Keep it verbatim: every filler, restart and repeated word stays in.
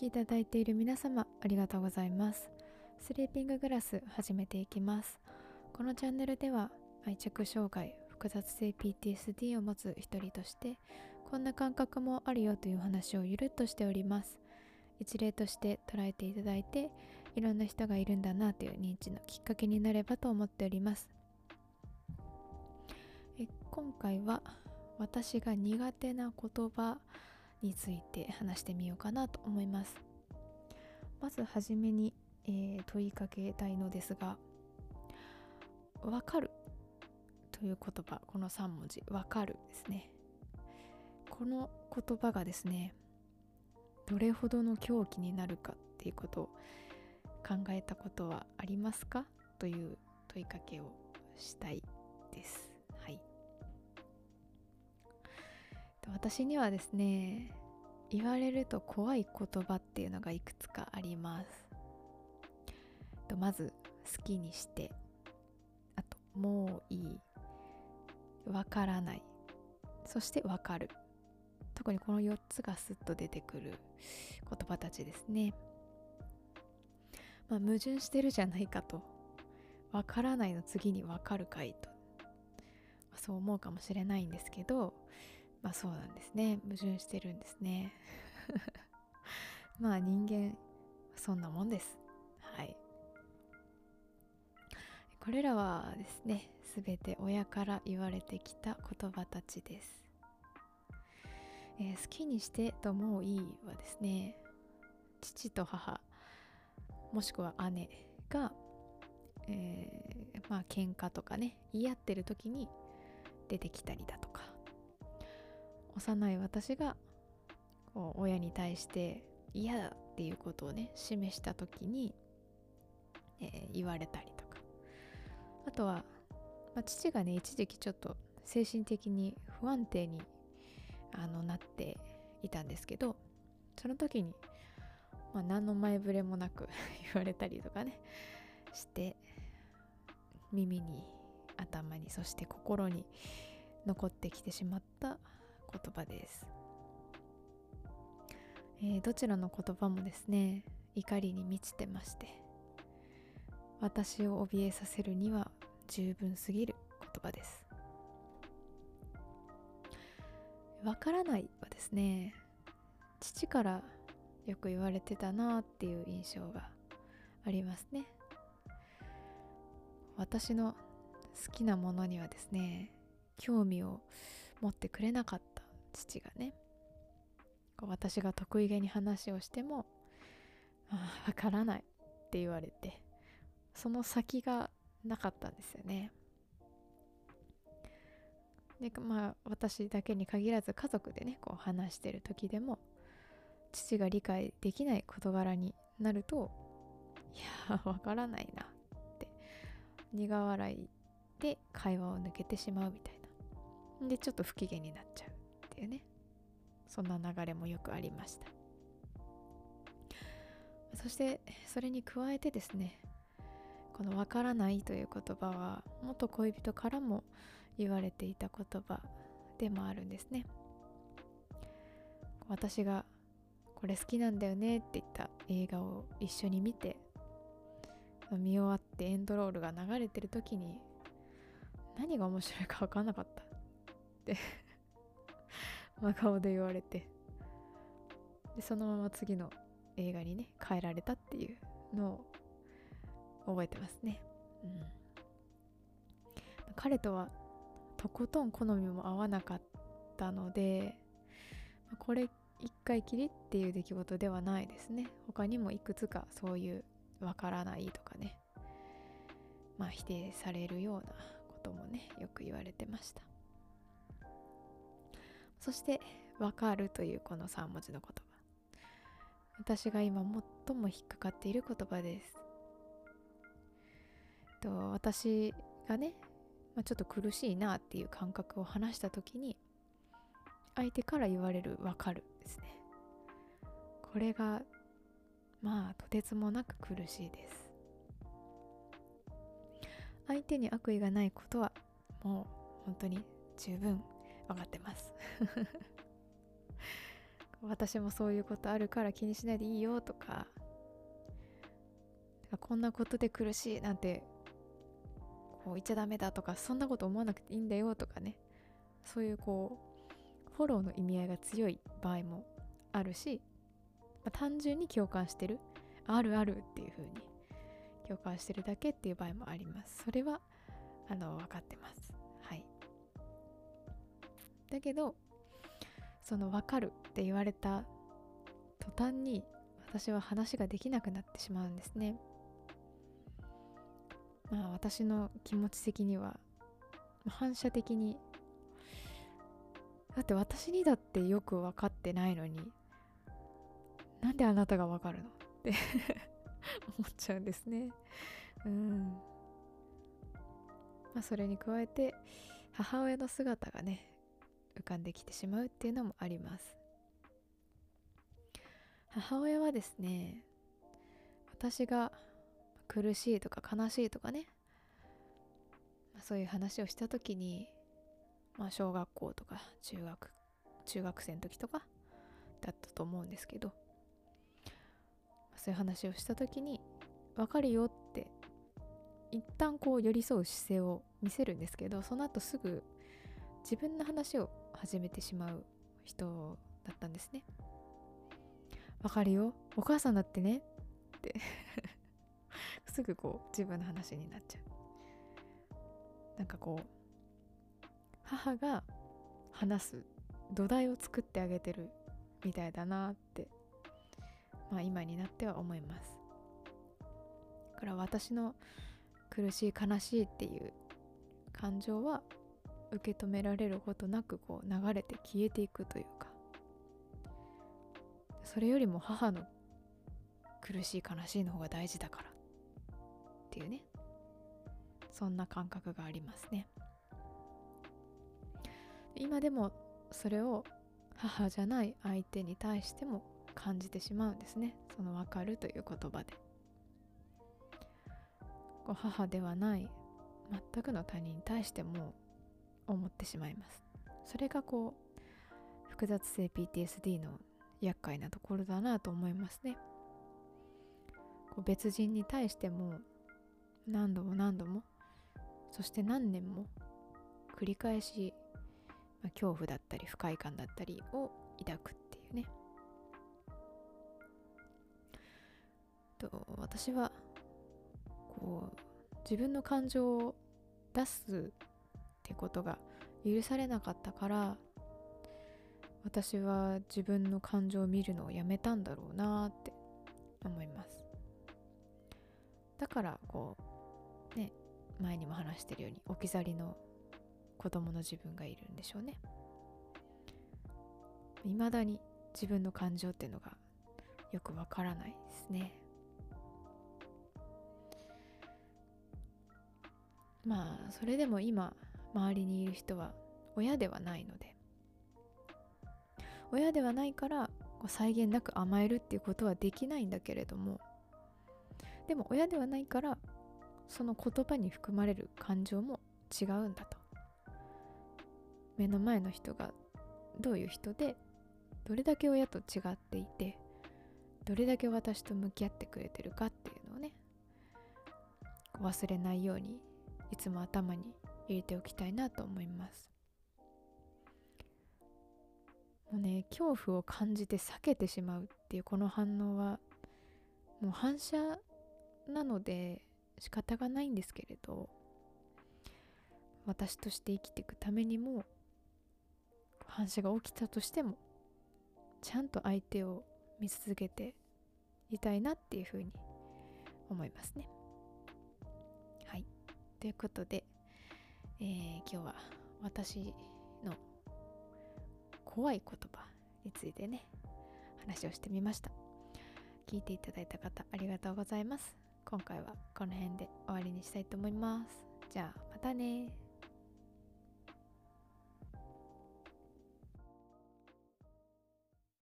きいただいている皆様、ありがとうございます。スリーピンググラス始めていきます。このチャンネルでは愛着障害、複雑性 ピーティーエスディー を持つ一人としてこんな感覚もあるよという話をゆるっとしております。一例として捉えていただいて、いろんな人がいるんだなという認知のきっかけになればと思っております。え今回は私が苦手な言葉について話してみようかなと思います。まずはじめに、えー、問いかけたいのですが、わかるという言葉、このさん文字、わかるですね。この言葉がですね、どれほどの狂気になるかっていうことを考えたことはありますかという問いかけをしたいです。はい。私にはですね、言われると怖い言葉っていうのがいくつかあります。まず好きにして、あともういい、わからない、そしてわかる。特にこのよっつがスッと出てくる言葉たちですね。まあ矛盾してるじゃないかと、わからないの次にわかるかいと、まあ、そう思うかもしれないんですけど、まあそうなんですね。矛盾してるんですね。まあ人間そんなもんです。はい。これらはですね、すべて親から言われてきた言葉たちです。えー、好きにしてともういいはですね、父と母もしくは姉が、えー、まあ喧嘩とかね、言い合ってる時に出てきたりだとか、幼い私がこう親に対して嫌だっていうことをね示した時に、えー、言われたりとか、あとは、まあ、父がね一時期ちょっと精神的に不安定にあのなっていたんですけど、その時に、まあ、何の前触れもなく言われたりとかねして、耳に頭にそして心に残ってきてしまった言葉です。えー、どちらの言葉もですね、怒りに満ちてまして、私を怯えさせるには十分すぎる言葉です。わからないはですね、父からよく言われてたなっていう印象がありますね。私の好きなものにはですね、興味を持ってくれなかった父がね、私が得意げに話をしても、ああ、わからないって言われて、その先がなかったんですよね。で、まあ私だけに限らず家族でね、こう話してる時でも、父が理解できない事柄になると、いや、わからないなって苦笑いで会話を抜けてしまうみたいな。で、ちょっと不機嫌になっちゃうっていうね。そんな流れもよくありました。そしてそれに加えてですね、このわからないという言葉は元恋人からも言われていた言葉でもあるんですね。私がこれ好きなんだよねって言った映画を一緒に見て、見終わってエンドロールが流れてる時に何が面白いか分かんなかったって真顔で言われて、でそのまま次の映画にね変えられたっていうのを覚えてますね。うん、彼とはとことん好みも合わなかったので、これ一回きりっていう出来事ではないですね。他にもいくつかそういうわからないとかね、まあ否定されるようなこともねよく言われてました。そしてわかるというこのさん文字の言葉、私が今最も引っかかっている言葉です。と私がね、まあ、ちょっと苦しいなっていう感覚を話した時に相手から言われるわかるですね。これがまあとてつもなく苦しいです。相手に悪意がないことはもう本当に十分分かってます私もそういうことあるから気にしないでいいよとか、こんなことで苦しいなんてこう言っちゃダメだとか、そんなこと思わなくていいんだよとかね、そういうこうフォローの意味合いが強い場合もあるし、まあ、単純に共感してる、あるあるっていう風に共感してるだけっていう場合もあります。それはあの分かってます。はい。だけどその分かるって言われた途端に私は話ができなくなってしまうんですね。まあ私の気持ち的には反射的に、だって私にだってよく分かってないのになんであなたが分かるのって思っちゃうんですね。うん。まあそれに加えて母親の姿がね浮かんできてしまうっていうのもあります。母親はですね、私が苦しいとか悲しいとかね、まあ、そういう話をした時に、まあ、小学校とか中学中学生の時とかだったと思うんですけど、そういう話をした時に分かるよって一旦こう寄り添う姿勢を見せるんですけど、その後すぐ自分の話を始めてしまう人だったんですね。分かるよ、お母さんだってねってすぐこう自分の話になっちゃう。なんかこう母が話す土台を作ってあげてるみたいだなって、まあ今になっては思います。だから私の苦しい悲しいっていう感情は受け止められることなくこう流れて消えていくというか、それよりも母の苦しい悲しいの方が大事だからっていうね、そんな感覚がありますね。今でもそれを母じゃない相手に対しても感じてしまうんですね。その分かるという言葉でこう母ではない全くの他人に対しても思ってしまいます。それがこう複雑性 ピーティーエスディー の厄介なところだなと思いますね。こう別人に対しても何度も何度も、そして何年も繰り返し、まあ、恐怖だったり不快感だったりを抱くっていうね。と私はこう自分の感情を出すってことが許されなかったから、私は自分の感情を見るのをやめたんだろうなって思います。だからこうね、前にも話してるように置き去りの子供の自分がいるんでしょうね。未だに自分の感情っていうのがよくわからないですね。まあそれでも今周りにいる人は親ではないので、親ではないからこう際限なく甘えるっていうことはできないんだけれども、でも親ではないからその言葉に含まれる感情も違うんだと。目の前の人がどういう人で、どれだけ親と違っていて、どれだけ私と向き合ってくれてるかっていうのをね、忘れないようにいつも頭に入れておきたいなと思います。もうね、恐怖を感じて避けてしまうっていうこの反応はもう反射なので仕方がないんですけれど、私として生きていくためにも反射が起きたとしてもちゃんと相手を見続けていたいなっていうふうに思いますね。はい、ということで、えー、今日は私の怖い言葉についてね話をしてみました。聞いていただいた方ありがとうございます。今回はこの辺で終わりにしたいと思います。じゃあまたね。